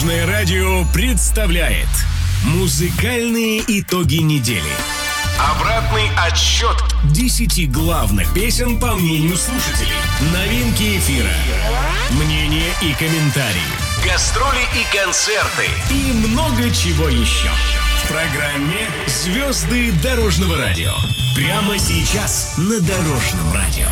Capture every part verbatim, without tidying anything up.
Дорожное радио представляет музыкальные итоги недели. Обратный отсчет десяти главных песен по мнению слушателей. Новинки эфира, мнения и комментарии, гастроли и концерты и много чего еще. В программе «Звезды дорожного радио». Прямо сейчас на Дорожном радио.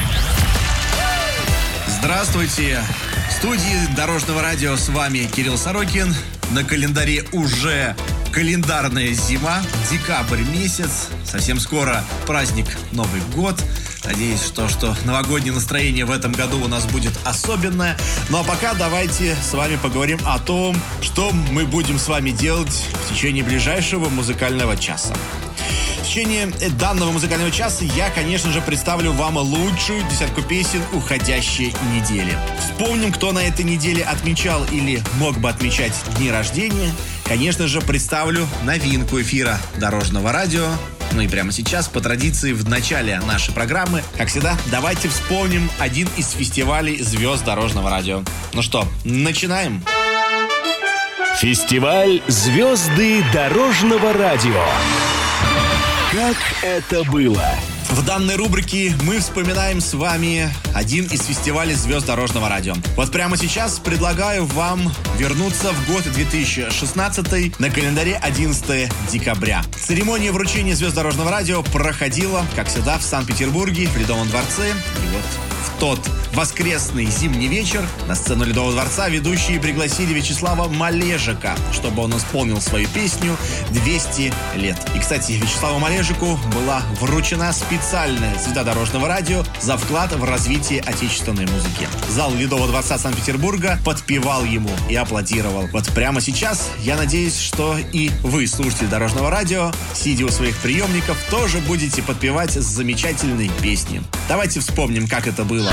Здравствуйте! В студии Дорожного радио с вами Кирилл Сорокин. На календаре уже календарная зима, декабрь месяц. Совсем скоро праздник Новый год. Надеюсь, что, что новогоднее настроение в этом году у нас будет особенное. Ну а пока давайте с вами поговорим о том, что мы будем с вами делать в течение ближайшего музыкального часа. В течение данного музыкального часа я, конечно же, представлю вам лучшую десятку песен уходящей недели. Вспомним, кто на этой неделе отмечал или мог бы отмечать дни рождения. Конечно же, представлю новинку эфира Дорожного радио. Ну и прямо сейчас, по традиции, в начале нашей программы, как всегда, давайте вспомним один из фестивалей звезд Дорожного радио. Ну что, начинаем? Фестиваль «Звезды дорожного радио». Как это было? В данной рубрике мы вспоминаем с вами один из фестивалей звезд Дорожного радио. Вот прямо сейчас предлагаю вам вернуться в год две тысячи шестнадцатый, на календаре одиннадцатое декабря. Церемония вручения звезд Дорожного радио проходила, как всегда, в Санкт-Петербурге, в Ледовом дворце. И вот в тот воскресный зимний вечер на сцену Ледового дворца ведущие пригласили Вячеслава Малежика, чтобы он исполнил свою песню «двести лет». И, кстати, Вячеславу Малежику была вручена специальная звезда Дорожного радио за вклад в развитие отечественной музыки. Зал Ледового дворца Санкт-Петербурга подпевал ему и аплодировал. Вот прямо сейчас я надеюсь, что и вы, слушатели Дорожного радио, сидя у своих приемников, тоже будете подпевать замечательные песни. Давайте вспомним, как это было.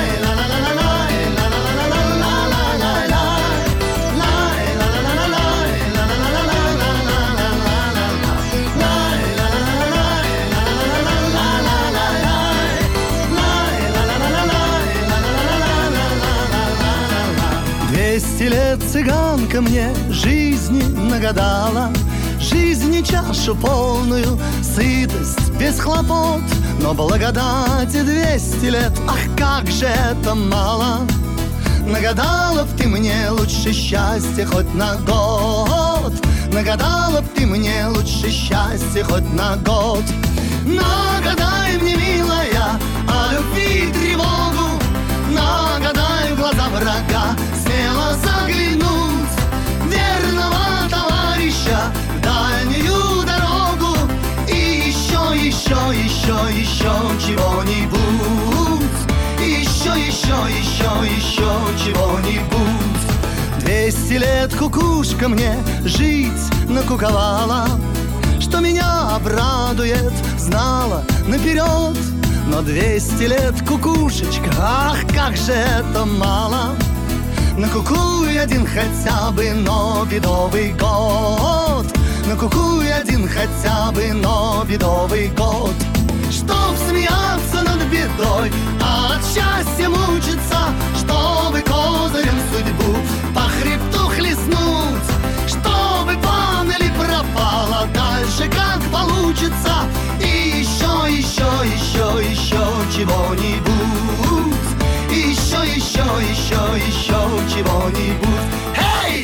Двести лет цыганка мне жизни нагадала, жизни чашу полную, сытость без хлопот. Но благодати двести лет, ах, как же это мало. Нагадала б ты мне лучше счастье хоть на год. Нагадала б ты мне лучше счастье хоть на год. Нагадай мне, милая, о любви и тревогу. Нагадай в глаза врага, смело заглянуть. Верного товарища в дальнюю дорогу. И еще, еще, еще, еще чего-нибудь. Еще, еще, еще, еще чего-нибудь. Двести лет кукушка мне жить накуковала. Что меня обрадует, знала наперед. Но двести лет кукушечка, ах, как же это мало. Накукуй один хотя бы, но бедовый год. Накукуй один хотя бы, но бедовый год. Чтоб смеяться над бедой, а от счастья мучиться. Чтобы козырем судьбу по хребту хлестнуть. Чтобы панели пропала, дальше как получится. И еще, еще, еще, еще чего-нибудь. Еще, еще, еще, еще чего-нибудь. Эй!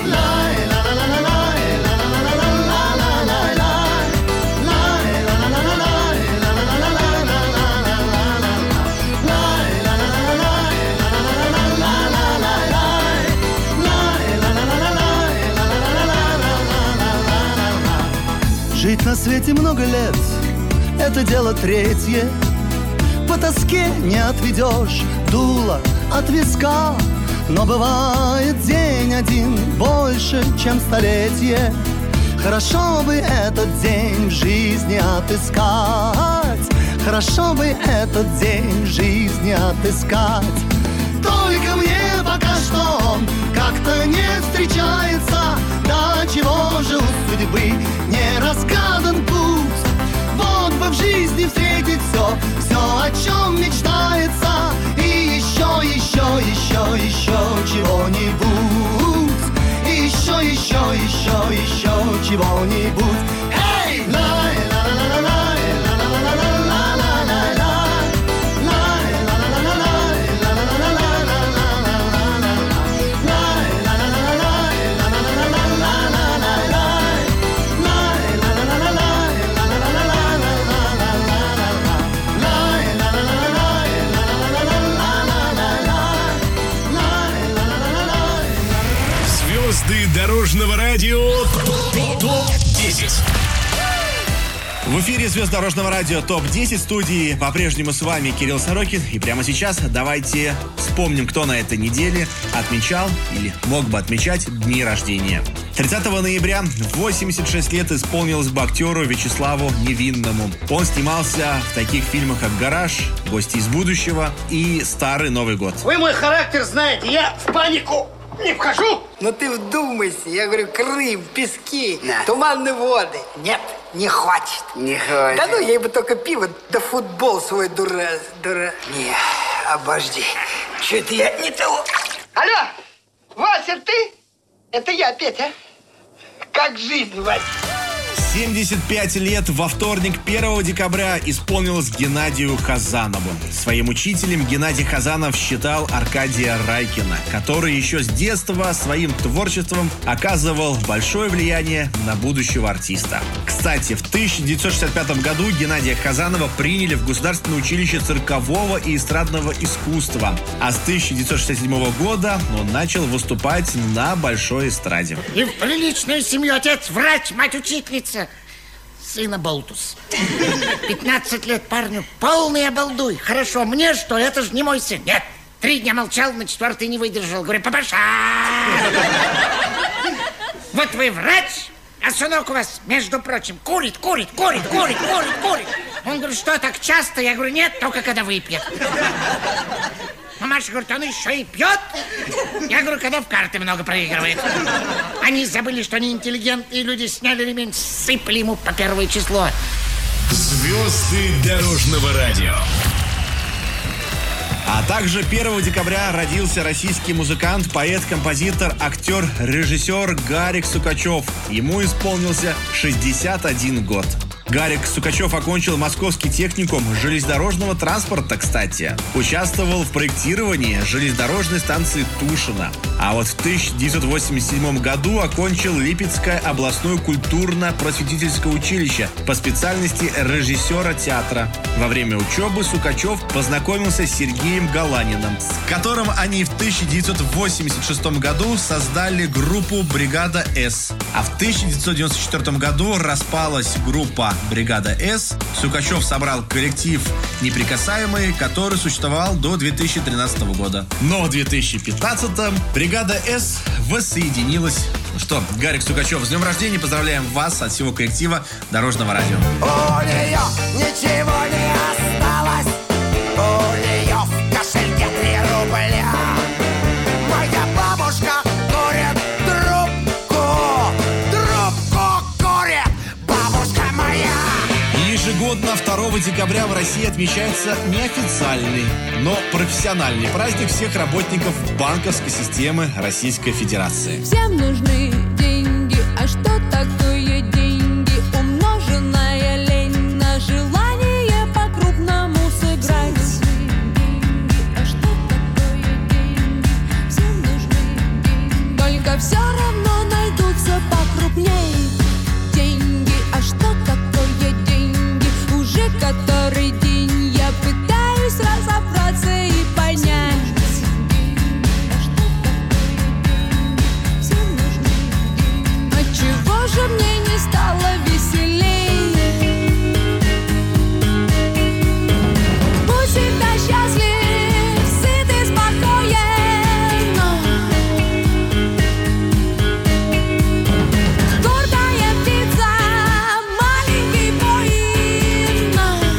Жить на свете много лет — это дело третье. По тоске не отведешь дуло от виска. Но бывает день один больше, чем столетие. Хорошо бы этот день в жизни отыскать. Хорошо бы этот день в жизни отыскать. Только мне пока что он как-то не встречается. Да чего же у судьбы не разгадан путь. Вот бы в жизни встретить все, все, о чем мечтается. И еще, еще, еще, еще чего-нибудь. И еще, еще, Дорожного радио топ десять. В эфире «Звезд дорожного радио топ десять». В студии по-прежнему с вами Кирилл Сорокин. И прямо сейчас давайте вспомним, кто на этой неделе отмечал или мог бы отмечать дни рождения. тридцатого ноября восемьдесят шесть лет исполнилось бы актеру Вячеславу Невинному. Он снимался в таких фильмах, как «Гараж», «Гости из будущего» и «Старый Новый год». Вы мой характер знаете, я в панику не вхожу. Но ты вдумайся, я говорю, Крым, пески, Да. туманные воды. Нет, не хватит. Не хватит. Да ну, ей бы только пиво, да футбол свой дура, дура. Не, обожди. Что-то я не того. Алло, Вася, ты? Это я, Петя. Как жизнь, Вася? семьдесят пять лет во вторник, первого декабря, исполнилось Геннадию Хазанову. Своим учителем Геннадий Хазанов считал Аркадия Райкина, который еще с детства своим творчеством оказывал большое влияние на будущего артиста. Кстати, в тысяча девятьсот шестьдесят пятом году Геннадия Хазанова приняли в Государственное училище циркового и эстрадного искусства, а с тысяча девятьсот шестьдесят седьмого года он начал выступать на большой эстраде. И в приличную семью отец врач, мать учительница. Сына болтус. пятнадцать лет парню, полный обалдуй. Хорошо, мне что, это же не мой сын. Нет, три дня молчал, на четвертый не выдержал. Говорю, папаша! Вот вы врач, а сынок у вас, между прочим, курит, курит, курит, курит, курит, курит. Он говорит, что так часто? Я говорю, нет, только когда выпьет. Мамаша говорит, он еще и пьет? Я говорю, когда в карты много проигрывает. Они забыли, что они интеллигентные люди, сняли ремень, сыпали ему по первое число. Звезды дорожного радио. А также первого декабря родился российский музыкант, поэт, композитор, актер, режиссер Гарик Сукачев. Ему исполнился шестьдесят один год. Гарик Сукачев окончил Московский техникум железнодорожного транспорта, кстати. Участвовал в проектировании железнодорожной станции Тушино. А вот в тысяча девятьсот восемьдесят седьмом году окончил Липецкое областное культурно-просветительское училище по специальности режиссера театра. Во время учебы Сукачев познакомился с Сергеем Галаниным, с которым они в тысяча девятьсот восемьдесят шестом году создали группу «Бригада С». А в тысяча девятьсот девяносто четвёртом году распалась группа «Бригада С». Сукачев собрал коллектив «Неприкасаемые», который существовал до две тысячи тринадцатого года. Но в две тысячи пятнадцатом «Бригада С» воссоединилась. Ну что, Гарик Сукачев, с днем рождения, поздравляем вас от всего коллектива Дорожного радио. У нее ничего не осталось, у нее в кошельке три рубля. Моя бабушка курит трубку, трубку курит бабушка моя. Ежегодно второго декабря в России отмечается неофициальный, но профессиональный праздник всех работников банковской системы Российской Федерации. Всем нужны деньги, а что такое деньги? Умноженная лень на желание по-крупному сыграть. А что такое деньги? Всем нужны деньги, только все равно найдутся покрупней деньги. А что такое деньги? Уже который день я пытаюсь разобраться и понять. Отчего же мне не стало веселей? Будь всегда счастлив, сыт и спокоен. Гордая птица, маленький воин.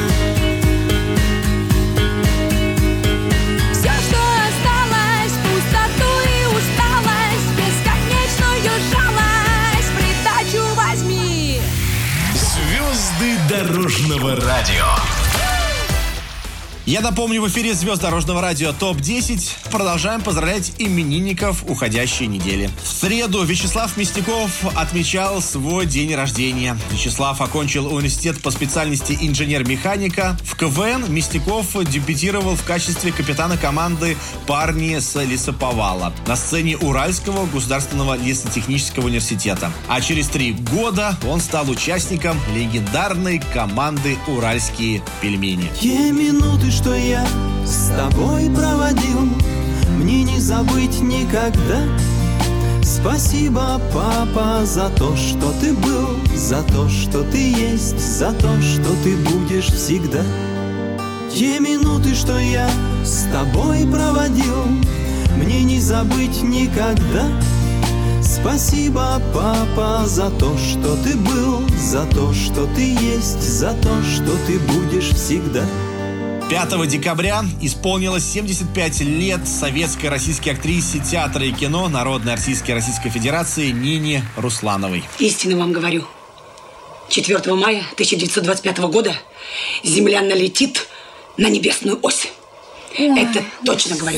Все, что осталось, пустоту и усталость, бесконечную жалость в придачу возьми. Звезды дорожного радио. Я напомню, в эфире «Звезд дорожного радио топ десять». Продолжаем поздравлять именинников уходящей недели. В среду Вячеслав Мясников отмечал свой день рождения. Вячеслав окончил университет по специальности инженер-механика. В КВН Мясников дебютировал в качестве капитана команды «Парни с лесоповала» на сцене Уральского государственного лесотехнического университета. А через три года он стал участником легендарной команды «Уральские пельмени». Те минуты, что я с тобой проводил, мне не забыть никогда. Спасибо, папа, за то, что ты был, за то, что ты есть, за то, что ты будешь всегда. Те минуты, что я с тобой проводил, мне не забыть никогда. Спасибо, папа, за то, что ты был, за то, что ты есть, за то, что ты будешь всегда. пятого декабря исполнилось семьдесят пять лет советской российской актрисе театра и кино Народной артистки Российской Федерации Нине Руслановой. Истинно вам говорю. четвёртого мая тысяча девятьсот двадцать пятого года Земля налетит на небесную ось. Ой. Это точно говорю.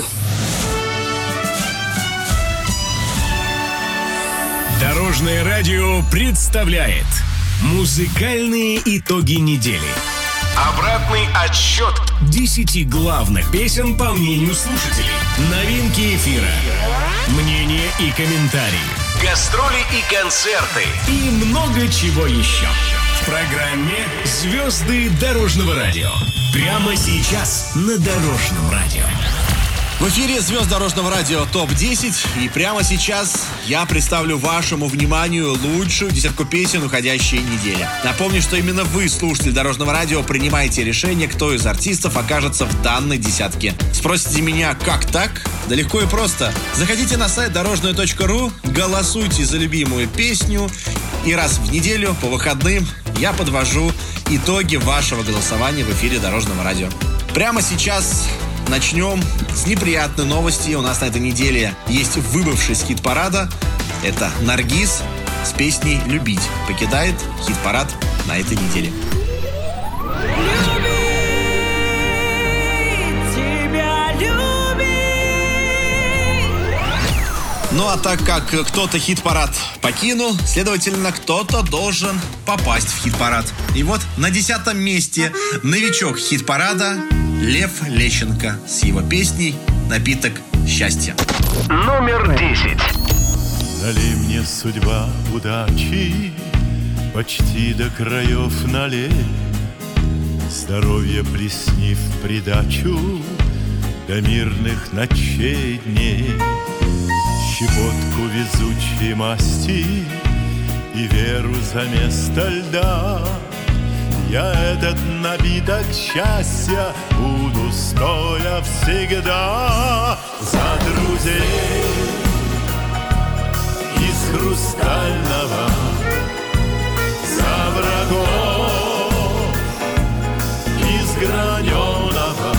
Дорожное радио представляет музыкальные итоги недели. Обратный отсчет десяти главных песен по мнению слушателей. Новинки эфира, мнения и комментарии, гастроли и концерты и много чего еще. В программе «Звезды дорожного радио». Прямо сейчас на Дорожном радио. В эфире «Звезд дорожного радио» топ десять. И прямо сейчас я представлю вашему вниманию лучшую десятку песен уходящей недели. Напомню, что именно вы, слушатель Дорожного радио, принимаете решение, кто из артистов окажется в данной десятке. Спросите меня, как так? Да легко и просто. Заходите на сайт дорожное точка ру, голосуйте за любимую песню, и раз в неделю по выходным я подвожу итоги вашего голосования в эфире Дорожного радио. Прямо сейчас начнем с неприятной новости. У нас на этой неделе есть выбывший с хит-парада. Это Наргиз с песней «Любить» покидает хит-парад на этой неделе. Ну а так как кто-то хит-парад покинул, следовательно, кто-то должен попасть в хит-парад. И вот на десятом месте новичок хит-парада Лев Лещенко с его песней «Напиток счастья». Номер десять. Налей мне, судьба, удачи, почти до краев налей, здоровье плесни в придачу до мирных ночей дней, щепотку везучей масти и веру за место льда. Я этот напиток счастья буду стоя всегда за друзей из хрустального, за врагов из граненого,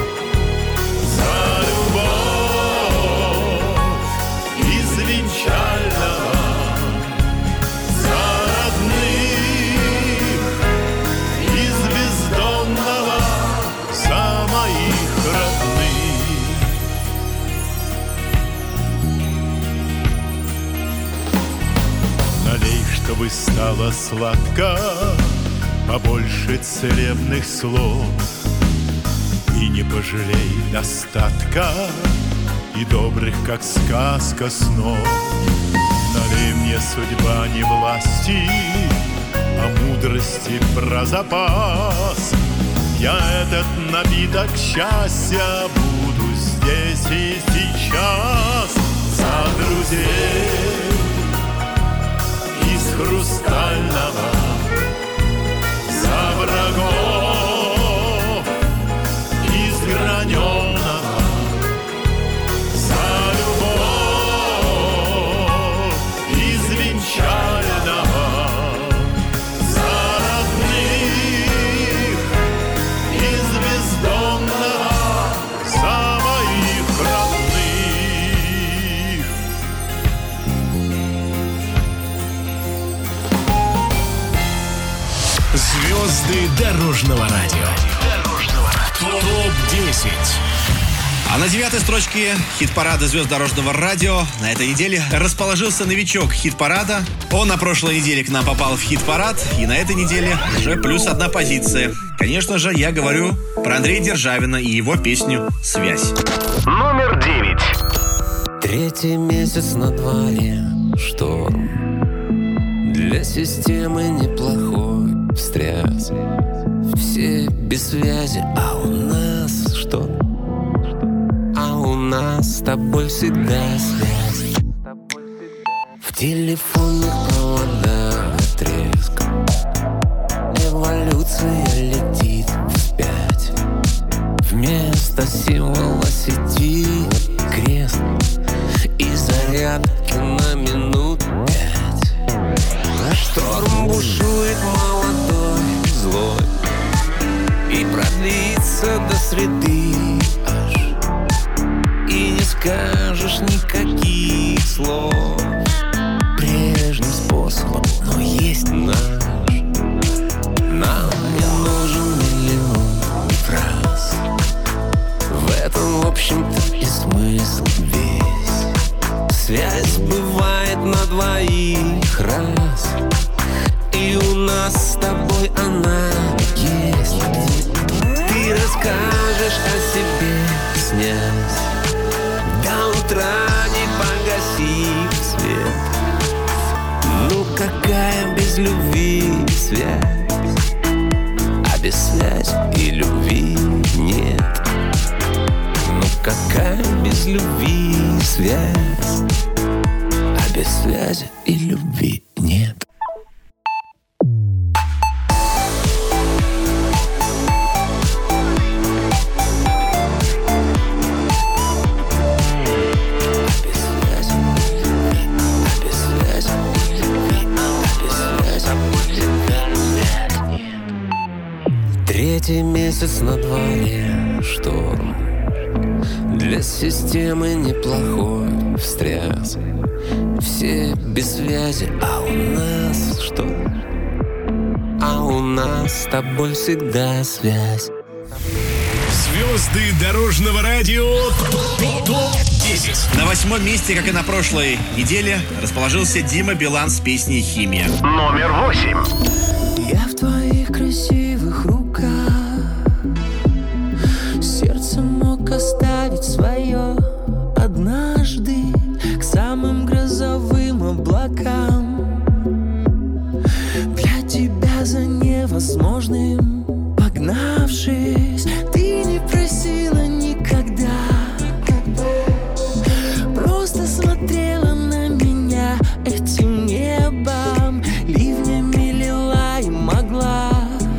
за любовь из венчального, за родных из бездомного, за моих родных. Налей, чтобы стало сладко, побольше целебных слов, и не пожалей достатка и добрых, как сказка, снов. Налей мне, судьба, не власти, а мудрости про запас. Я этот напиток счастья буду здесь и сейчас за друзей из хрустального, за врагов из граненого, за любовь из венчального, за родных из бездомного, за моих родных. Звезды дорожного радио. топ десять. А на девятой строчке хит-парада «Звезд дорожного радио» на этой неделе расположился новичок хит-парада. Он на прошлой неделе к нам попал в хит-парад, и на этой неделе уже плюс одна позиция. Конечно же, я говорю про Андрея Державина и его песню «Связь». Номер девять. Третий месяц на дворе, шторм. Для системы неплохой встряс. Все без связи, а у нас что? А у нас с тобой всегда связь. телефонных проводах треск. Эволюция летит вспять. Вместо символа сети крест и зарядки на минут пять. Шторм бушует молодой, злой, и продлится до среды аж. И не скажешь никаких слов прежним способом, но есть наш. Нам не нужен миллион фраз. В этом, в общем-то, и смысл весь. Связь бывает на двоих раз, и у нас с тобой она есть. Ты расскажешь о себе, снясь, до утра не погасив свет. Ну какая без любви связь? А без связи и любви нет. Ну какая без любви связь? А без связи и любви нет. Третий месяц на дворе шторм. Для системы неплохой встряс. Все без связи, а у нас что? А у нас с тобой всегда связь. Звезды дорожного радио топ десять. На восьмом месте, как и на прошлой неделе, расположился Дима Билан с песней «Химия». Номер восемь. Я в твоих красивых руках сердце мог оставить свое однажды к самым грозовым облакам. Для тебя за невозможным погнавшись, ты не просила никогда, просто смотрела на меня этим небом, ливнями лила и могла.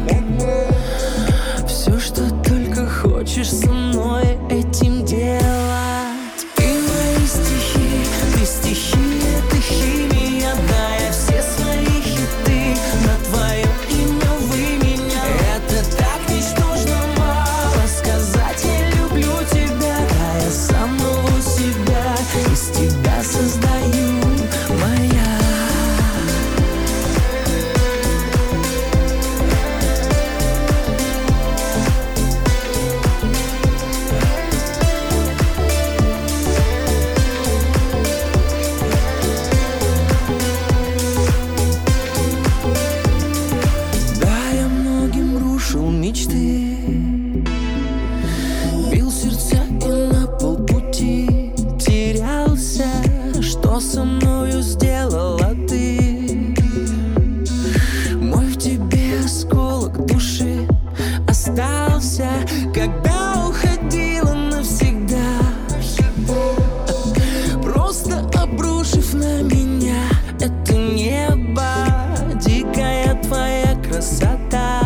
Все, что только хочешь со мной этим делать. Ты мои стихи, ты стихи, это химия. Да, я все свои хиты на твое имя вы меня. Это так ничтожно мало сказать я люблю тебя. Да, я самого себя из тебя создаю, моя. Мечты бил сердца и на полпути терялся. Что со мною сделала ты? Мой в тебе осколок души остался, когда уходила навсегда, просто обрушив на меня это небо. Дикая твоя красота,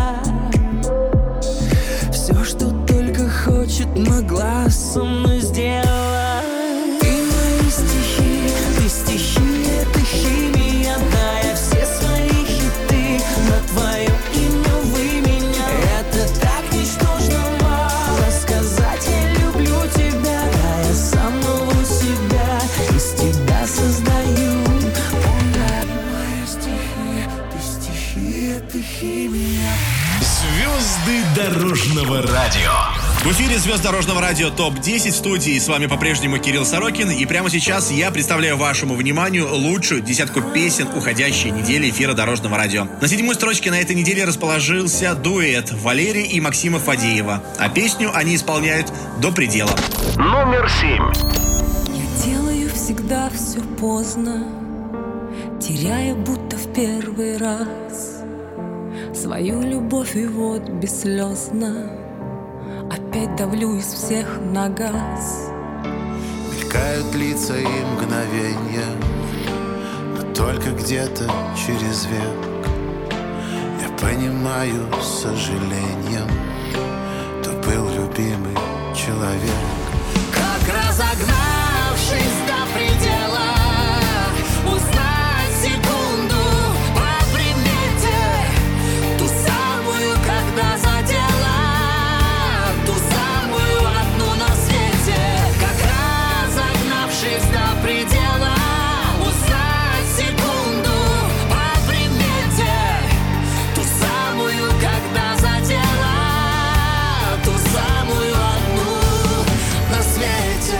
могла со мной сделать. Ты мои стихи, ты стихи, это химия. Да, я все свои хиты на твое имя вы меня. Это так ничтожно мало сказать я люблю тебя. Да, я самого себя из тебя создаю. Мои стихи, ты стихи, это химия. Звезды дорожного радио. В эфире «Звезд дорожного радио топ десять». В студии с вами по-прежнему Кирилл Сорокин. И прямо сейчас я представляю вашему вниманию лучшую десятку песен уходящей недели эфира дорожного радио. На седьмой строчке на этой неделе расположился дуэт Валерии и Максима Фадеева. А песню они исполняют до предела. Номер семь. Я делаю всегда все поздно, теряя будто в первый раз свою любовь, и вот бесслезно опять давлю из всех на газ. Мелькают лица и мгновенья, но только где-то через век я понимаю с сожалением, то был любимый человек. Как разогнавшись до предела, узнать секунду по примете, ту самую, когда задела, ту самую одну на свете. Как разогнавшись до предела, узнать секунду по примете, ту самую, когда задела, ту самую одну на свете.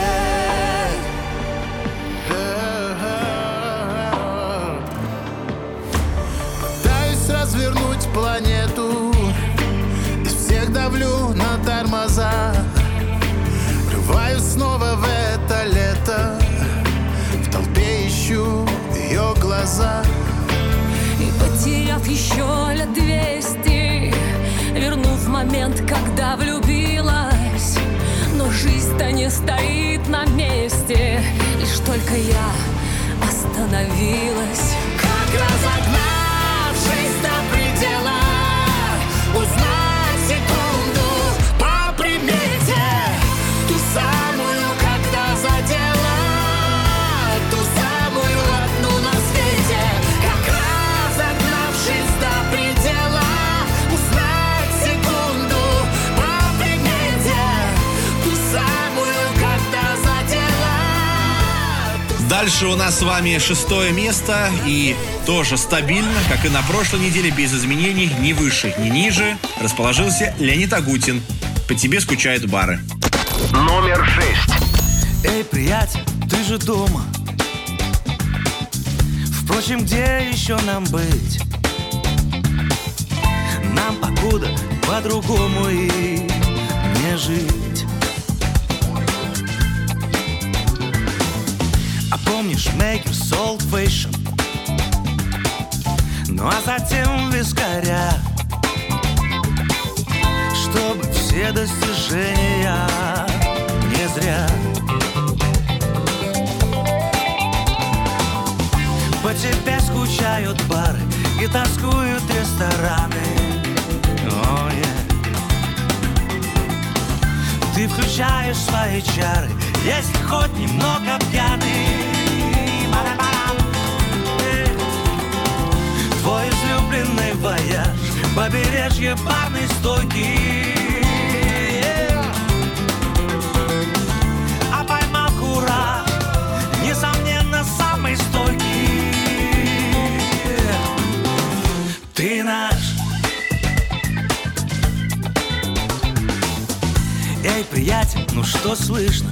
Пытаюсь развернуть планету, из всех давлю на тормоза. Врываюсь снова в это лето, в толпе ищу ее глаза. И потеряв еще лет двести, вернув момент, когда влюбилась, но жизнь-то не стоит на месте, лишь только я остановилась. Как разогнавшись до предела, узнать секунду по примете, ту самую, когда задела, ту самую одну на свете. Как разогнавшись до предела, узнать секунду по примете, ту самую, когда задела. Дальше у нас с вами шестое место. И тоже стабильно, как и на прошлой неделе, без изменений, ни выше, ни ниже, расположился Леонид Агутин. «По тебе скучают бары». Номер шесть. Эй, приятель, ты же дома. Впрочем, где еще нам быть? Нам покуда по-другому и не жить. А помнишь Makers Old Fashion? Ну а затем вискаря, чтобы все достижения не зря. По тебе скучают бары и тоскуют рестораны. Oh, yeah. Ты включаешь свои чары, если хоть немного пьяный. Твой излюбленный вояж, побережье барной стойки. А поймал кураж, несомненно, самый стойкий. Ты наш. Эй, приятель, ну что слышно?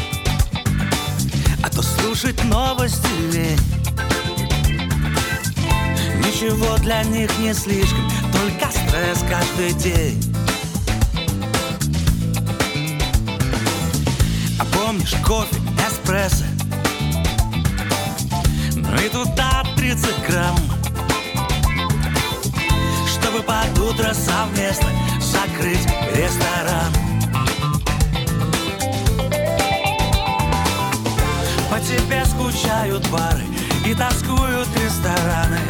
А то слушать новости лень. Ничего для них не слишком, только стресс каждый день. А помнишь кофе, эспрессо? Ну и туда тридцать грамм, чтобы под утро совместно закрыть ресторан. По тебе скучают бары и тоскуют рестораны.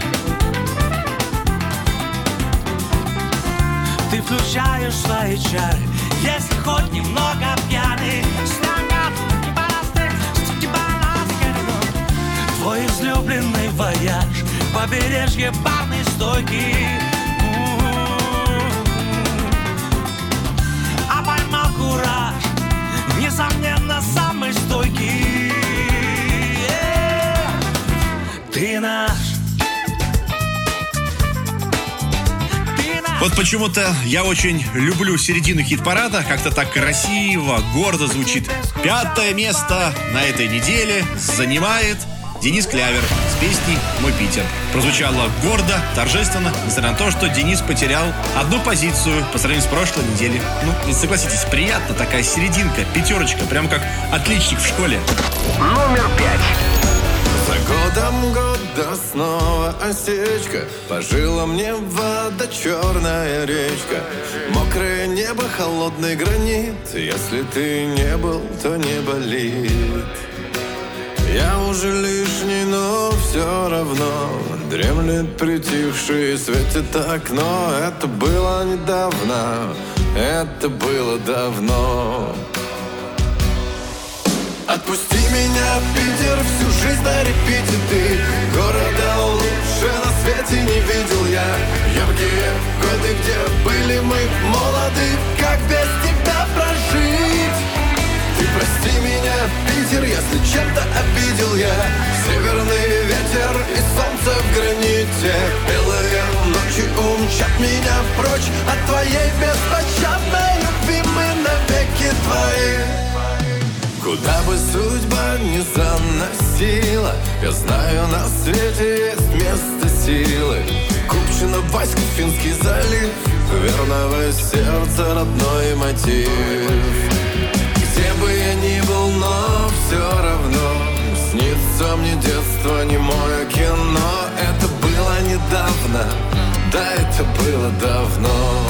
Ты включаешь свои чары, если хоть немного пьяный. Твой излюбленный вояж, побережье барной стойки. А поймал кураж, несомненно, самый стойкий. Ты наш. Вот почему-то я очень люблю середину хит-парада. Как-то так красиво, гордо звучит. Пятое место на этой неделе занимает Денис Клявер с песней «Мой Питер». Прозвучало гордо, торжественно, несмотря на то, что Денис потерял одну позицию по сравнению с прошлой неделей. Ну, ведь согласитесь, приятно, такая серединка, пятерочка, прям как отличник в школе. Номер пять. За годом года снова осечка, по жилам мне вода, черная речка. Мокрое небо, холодный гранит, если ты не был, то не болит. Я уже лишний, но все равно дремлет притихший, светит окно. Это было недавно, это было давно. Отпусти меня, Питер, всю жизнь на репите ты. Города лучше на свете не видел я. Яркие годы, где были мы молоды, как без тебя прожить? Ты прости меня, Питер, если чем-то обидел я. Северный ветер и солнце в граните. Белые ночи умчат меня прочь от твоей беспощадной любви. Мы навеки твои. Куда бы судьба ни заносила, я знаю, на свете есть место силы. Купчино, Васька, Финский залив, верного сердца родной мотив. Где бы я ни был, но все равно снится мне детство, немое кино. Это было недавно, да, это было давно.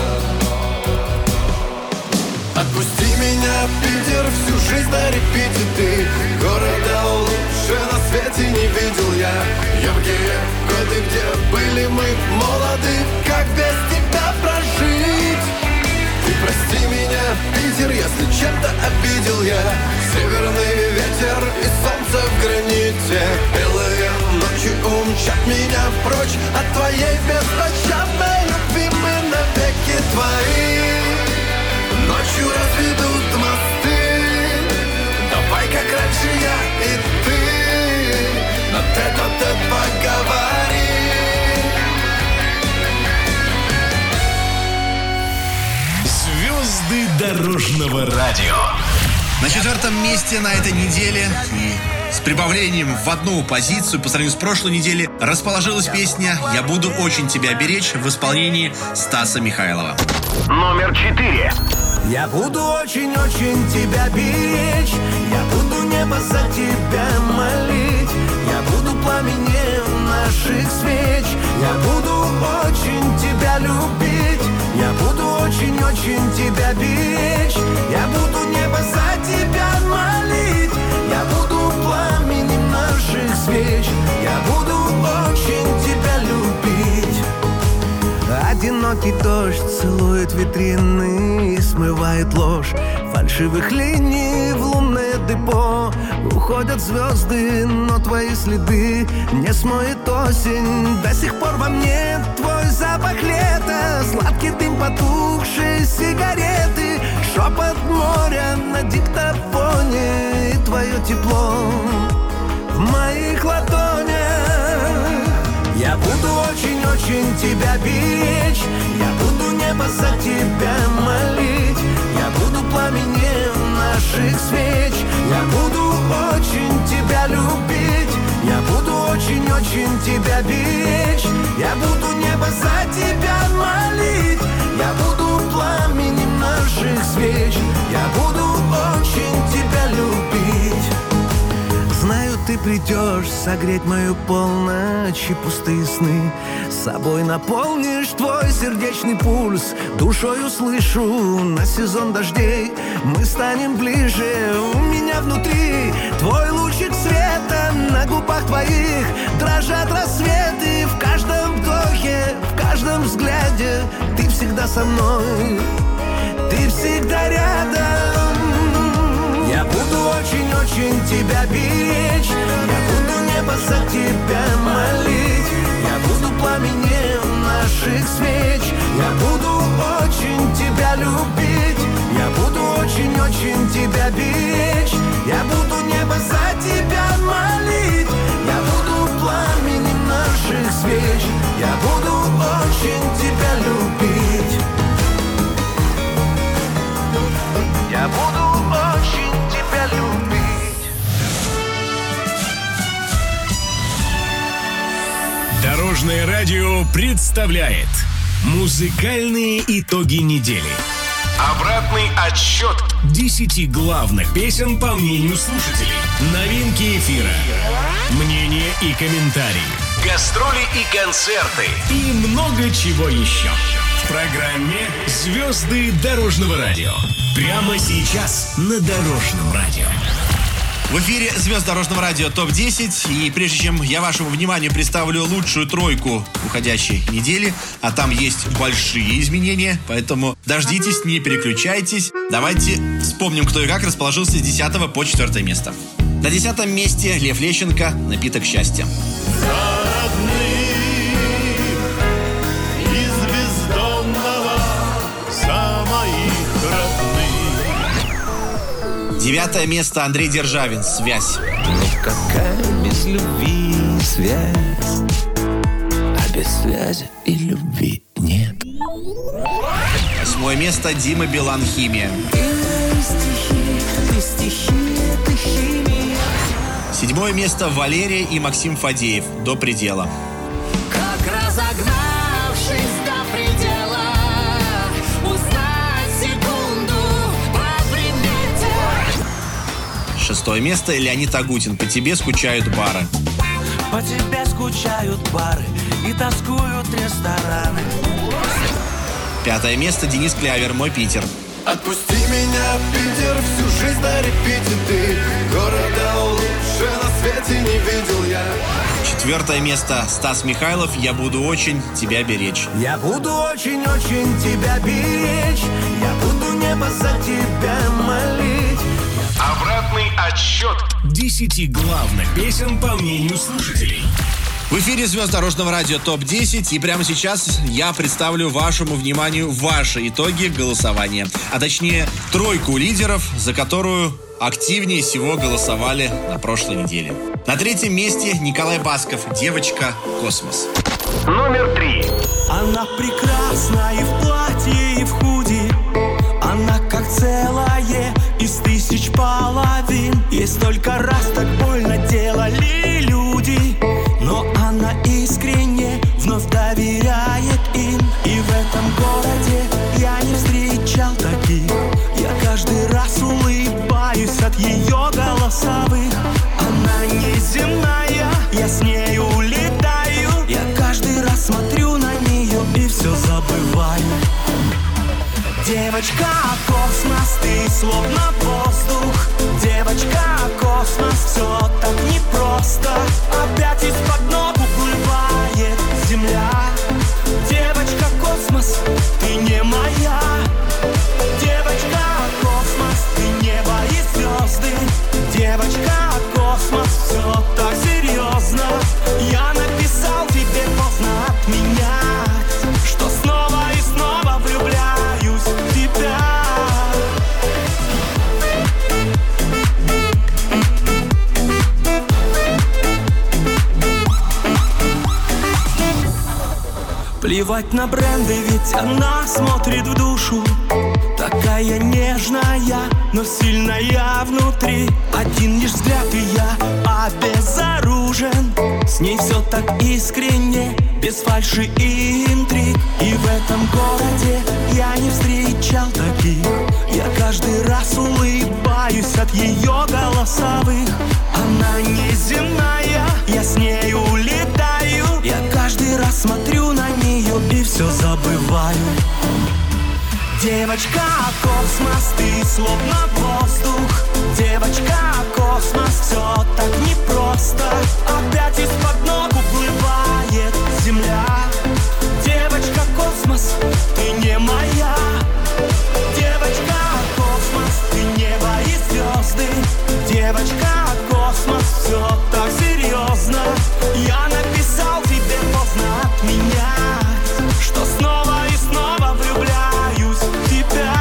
Отпусти меня, Питер, всю жизнь на репите ты. Города лучше на свете не видел я. Яркие годы, где были мы молоды, как без тебя прожить? Ты прости меня, Питер, если чем-то обидел я. Северный ветер и солнце в граните. Белые ночи умчат меня прочь от твоей беспощадной любви. Мы навеки твои. Ночью разведут мосты. Давай, как раньше я и ты, на тет-а-тет поговорим. Звезды дорожного радио. На четвертом месте на этой неделе и с прибавлением в одну позицию по сравнению с прошлой неделей расположилась песня «Я буду очень тебя беречь» в исполнении Стаса Михайлова. Номер четыре. Я буду очень-очень тебя беречь, я буду небо за тебя молить, я буду пламенем наших свеч, я буду очень тебя любить, я буду очень-очень тебя беречь, я буду небо за тебя молить, я буду пламенем наших свеч, я буду очень тебя любить. Одинокий дождь целует витрины и смывает ложь фальшивых линий в лунное депо. Уходят звезды, но твои следы не смоет осень. До сих пор во мне твой запах лета, сладкий дым потухшей сигареты, шепот моря на диктофоне и твое тепло в моих ладонях. Я буду очень-очень тебя беречь, я буду небо за тебя молить, я буду пламенем наших свеч, я буду очень тебя любить, я буду очень-очень тебя беречь, я буду небо за тебя молить, я буду пламенем наших свеч, я буду очень тебя любить. Знаю, ты придешь согреть мою полночь и пустые сны, с собой наполнишь твой сердечный пульс, душой услышу на сезон дождей. Мы станем ближе, у меня внутри твой лучик света, на губах твоих дрожат рассветы. В каждом вдохе, в каждом взгляде ты всегда со мной, ты всегда рядом. Я буду очень-очень тебя беречь, я буду небо за тебя молить, я буду пламенем наших свеч, я буду очень тебя любить, я буду очень-очень тебя беречь, я буду небо за тебя молить, я буду пламенем наших свеч, я буду очень тебя любить. Я буду очень тебя любить. Дорожное радио представляет музыкальные итоги недели. Обратный отсчет десяти главных песен по мнению слушателей. Новинки эфира, мнения и комментарии, гастроли и концерты и много чего еще. В программе «Звезды дорожного радио». Прямо сейчас на Дорожном радио. В эфире «Звезд дорожного радио топ десять. И прежде чем я вашему вниманию представлю лучшую тройку уходящей недели, а там есть большие изменения, поэтому дождитесь, не переключайтесь. Давайте вспомним, кто и как расположился с десятого по четвертое место. На десятом месте Лев Лещенко «Напиток счастья». Девятое место Андрей Державин «Связь». Ну какая без любви связь? А без связи и любви нет. Восьмое место Дима Билан «Химия». Седьмое место Валерия и Максим Фадеев «До предела». Как разогнавшись до предела, узнать секунду по примете. Шестое место Леонид Агутин «По тебе скучают бары». По тебе скучают бары и тоскуют рестораны. Пятое место Денис Клявер «Мой Питер». Отпусти меня, Питер, всю жизнь на репите ты. Города лучше на свете не видел я. Четвертое место Стас Михайлов «Я буду очень тебя беречь». Я буду очень-очень тебя беречь. Я буду небо за тебя молить. Обратный отсчет десяти главных песен по мнению слушателей. В эфире «Звезд дорожного радио топ десять. И прямо сейчас я представлю вашему вниманию ваши итоги голосования. А точнее, тройку лидеров, за которую активнее всего голосовали на прошлой неделе. На третьем месте Николай Басков «Девочка. Космос». Номер три. Она прекрасна и в платье, и в худи. Она как целое из тысяч половин. Есть только раз так больно делали люди, но она искренне вновь доверяет им. И в этом городе я не встречал таких. Я каждый раз улыбаюсь от ее голосовых. Она неземная, я с нею улетаю. Я каждый раз смотрю на нее и все забываю. Девочка, космос, ты словно воздух. Девочка, космос, все так непросто. Опять из-под ног уплывает земля. Девочка, космос, ты не моя. Девочка, космос, ты небо и звезды. Девочка, космос, все так серьезно. Я написал тебе поздно отменять, что снова и снова влюбляюсь в тебя. Плевать на бренды, ведь она смотрит в душу. Такая нежная, но сильная внутри. Один лишь взгляд и я обезоружен. С ней все так искренне, без фальши и интриг. И в этом городе я не встречал таких. Я каждый раз улыбаюсь от ее голосовых. Она неземная, я с ней улетаю. Я каждый раз смотрю на нее и все забываю. Девочка, космос, ты словно воздух. Девочка, космос, все так непросто. Опять из-под ног уплывает земля. Девочка, космос, ты не моя. Девочка, космос, ты небо и звезды. Девочка, космос, все так серьезно. Я написал тебе поздно отменять, что снова и снова влюбляюсь в тебя.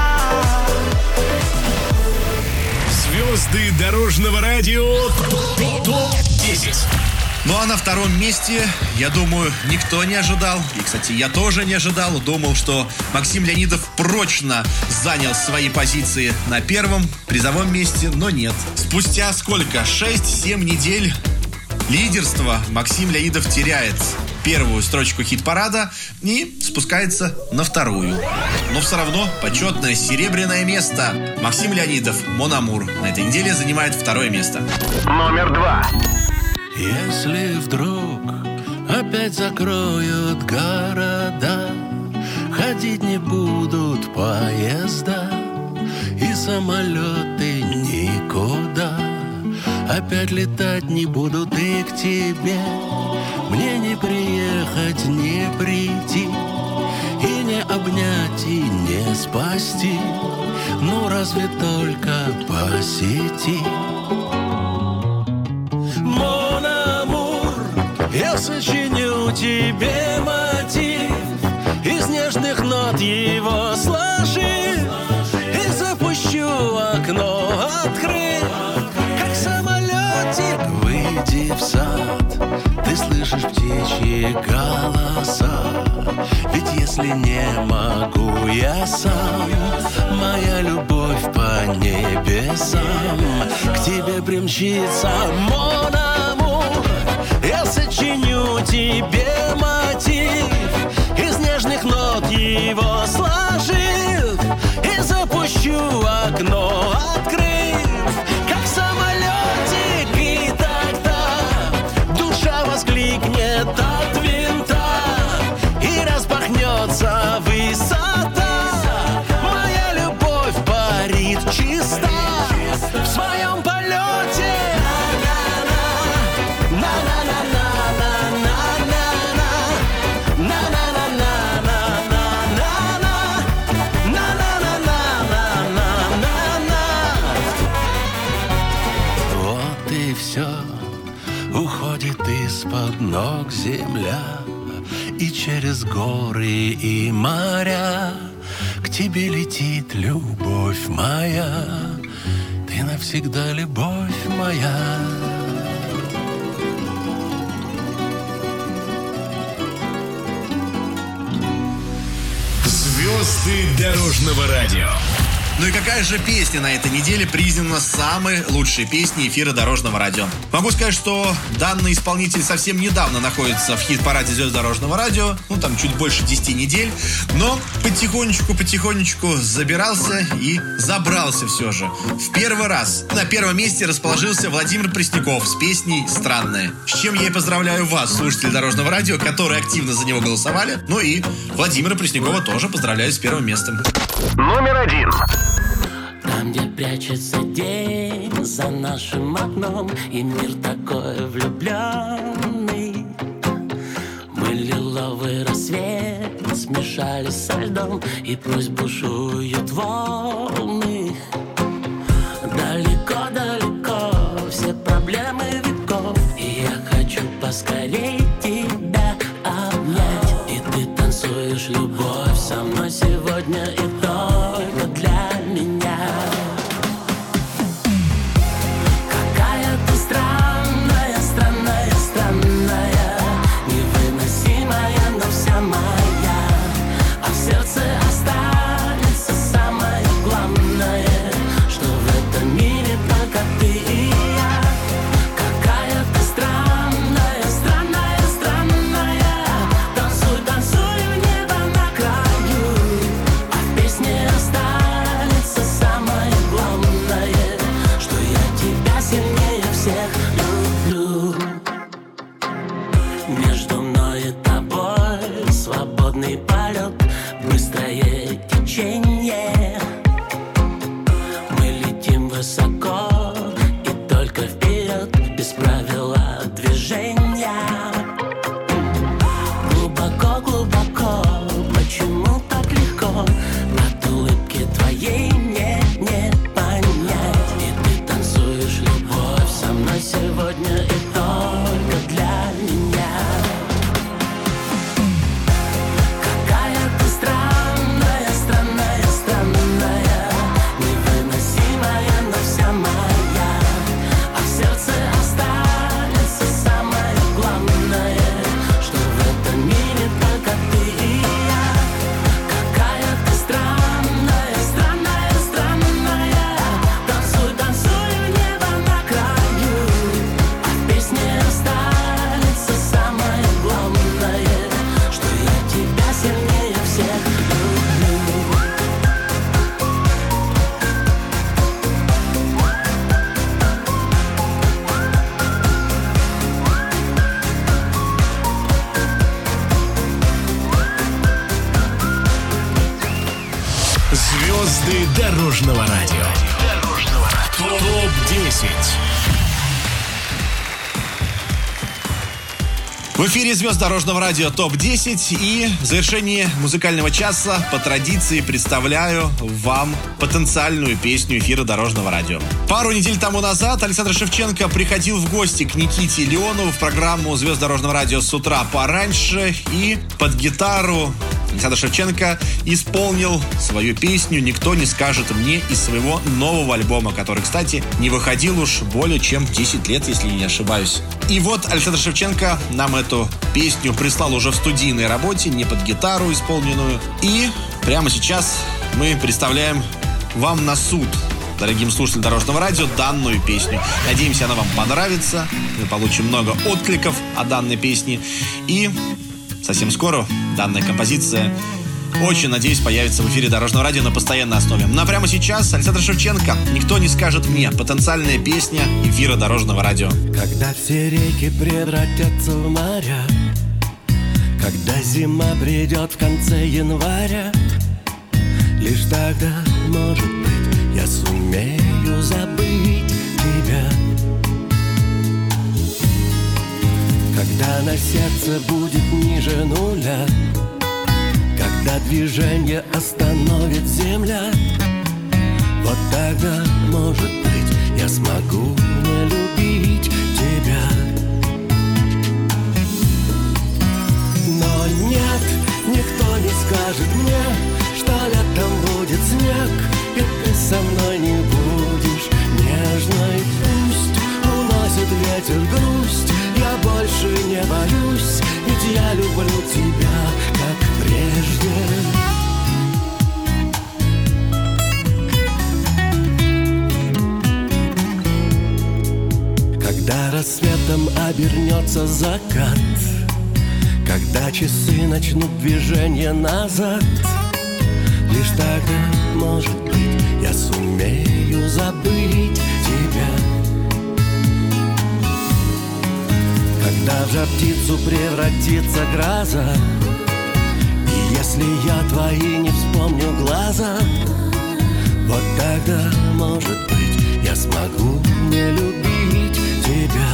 Звезды дорожного радио топ десять. Ну а на втором месте, я думаю, никто не ожидал. И, кстати, я тоже не ожидал. Думал, что Максим Леонидов прочно занял свои позиции на первом призовом месте, но нет. Спустя сколько? шесть-семь недель лидерства Максим Леонидов теряет первую строчку хит-парада и спускается на вторую. Но все равно почетное серебряное место. Максим Леонидов «Мон Амур» на этой неделе занимает второе место. Номер два. Если вдруг опять закроют города, ходить не будут поезда и самолеты никуда, Опять летать не буду, ты к тебе. Мне не приехать, не прийти, и не обнять, и не спасти. Ну разве только по сети. Мон амур, я сочиню тебе мотив, из нежных нот его сложив, и запущу окно, открыв, как самолетик. Выйди в сад, ты слышишь птичьи голоса, ведь если не могу я сам, моя любовь по небесам к тебе примчится. Мон амур, я сочиню тебе мотив, из нежных нот его сложив, и запущу окно, открыв, как самолетик. И тогда душа воскликнет от винта, и распахнется высота. Моя любовь парит чиста в своем полете. Вот и все, уходит из-под ног земля, и через горы и моря к тебе летит любовь моя. Ты навсегда любовь моя. Звезды дорожного радио. Ну и какая же песня на этой неделе признана самой лучшей песней эфира Дорожного радио? Могу сказать, что данный исполнитель совсем недавно находится в хит-параде звезд Дорожного радио. Ну, там чуть больше десяти недель. Но потихонечку-потихонечку забирался и забрался все же. В первый раз на первом месте расположился Владимир Пресняков с песней «Странная». С чем я и поздравляю вас, слушатели Дорожного радио, которые активно за него голосовали. Ну и Владимира Преснякова тоже поздравляю с первым местом. Номер один. Там, где прячется день за нашим окном, и мир такой влюбленный, мы лиловый рассвет смешались со льдом, и пусть бушуют волны. Далеко-далеко все проблемы веков, и я хочу поскорей тебя обнять. И ты танцуешь любовь со мной сегодня и только для меня. Какая ты странная, странная, странная, невыносимая, но вся моя. А в сердце останется самое главное, что в этом мире только ты и я. Какая ты странная, странная, странная, танцуй, танцуй в небо на краю. А в песне останется самое главное, что я тебя сильнее всех люблю. Между мной и тобой свободный полет, быстрое течение. Мы летим высоко и только вперед, без правила движения. Глубоко-глубоко, почему так легко от улыбки твоей мне не понять. И ты танцуешь любовь со мной сегодня и только для меня. Какая ты странная, странная, странная, невыносимая, но вся моя. А в сердце останется самое главное, что в этом мире только ты и я. Какая ты странная, странная, странная, танцуй, танцуй в небо на краю. А в песне останется самое главное, что я тебя сильнее всех люблю. Звезды дорожного радио. Топ десять. В эфире «Звезд дорожного радио» топ десять, и в завершении музыкального часа по традиции представляю вам потенциальную песню эфира дорожного радио. Пару недель тому назад Александр Шевченко приходил в гости к Никите Леонову в программу «Звезд дорожного радио» с утра пораньше, и под гитару Александр Шевченко исполнил свою песню «Никто не скажет мне» из своего нового альбома, который, кстати, не выходил уж более чем десять лет, если не ошибаюсь. И вот Александр Шевченко нам эту песню прислал уже в студийной работе, не под гитару исполненную. И прямо сейчас мы представляем вам на суд, дорогим слушателям дорожного радио, данную песню. Надеемся, она вам понравится. Мы получим много откликов о данной песне. И совсем скоро данная композиция, очень надеюсь, появится в эфире дорожного радио на постоянной основе. Ну а прямо сейчас Александр Шевченко «Никто не скажет мне». Потенциальная песня эфира дорожного радио. Когда все реки превратятся в моря, когда зима придет в конце января, лишь тогда, может быть, я сумею забыть тебя. Когда на сердце будет ниже нуля, когда движение остановит земля, вот тогда, может быть, я смогу не любить тебя. Но нет, никто не скажет мне, что летом будет снег, и ты со мной не будешь нежной. Пусть уносит ветер грусть, я больше не боюсь, ведь я люблю тебя, как прежде. Когда рассветом обернется закат, когда часы начнут движение назад, лишь тогда, может быть, я сумею забыть тебя. Когда в жар-птицу превратится гроза, и если я твои не вспомню глаза, вот тогда, может быть, я смогу не любить тебя.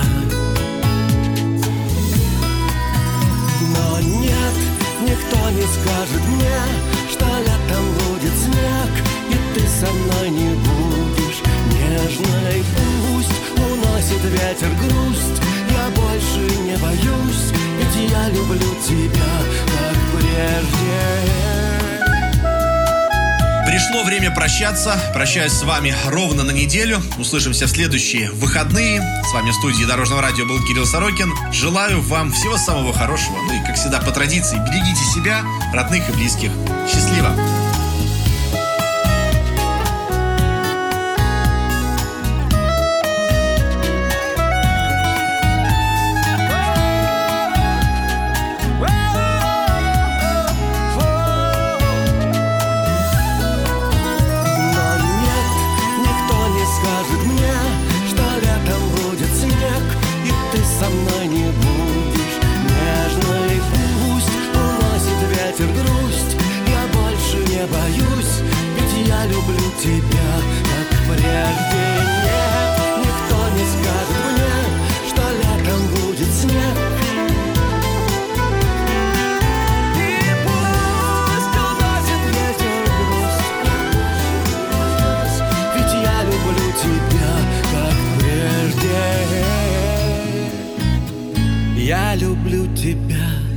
Но нет, никто не скажет мне, что летом будет снег, и ты со мной не будешь нежной. Пусть уносит ветер грусть, я больше не боюсь, ведь я люблю тебя, как прежде. Пришло время прощаться. Прощаюсь с вами ровно на неделю. Услышимся в следующие выходные. С вами в студии Дорожного радио был Кирилл Сорокин. Желаю вам всего самого хорошего. Ну и, как всегда, по традиции, берегите себя, родных и близких. Счастливо! Я люблю тебя.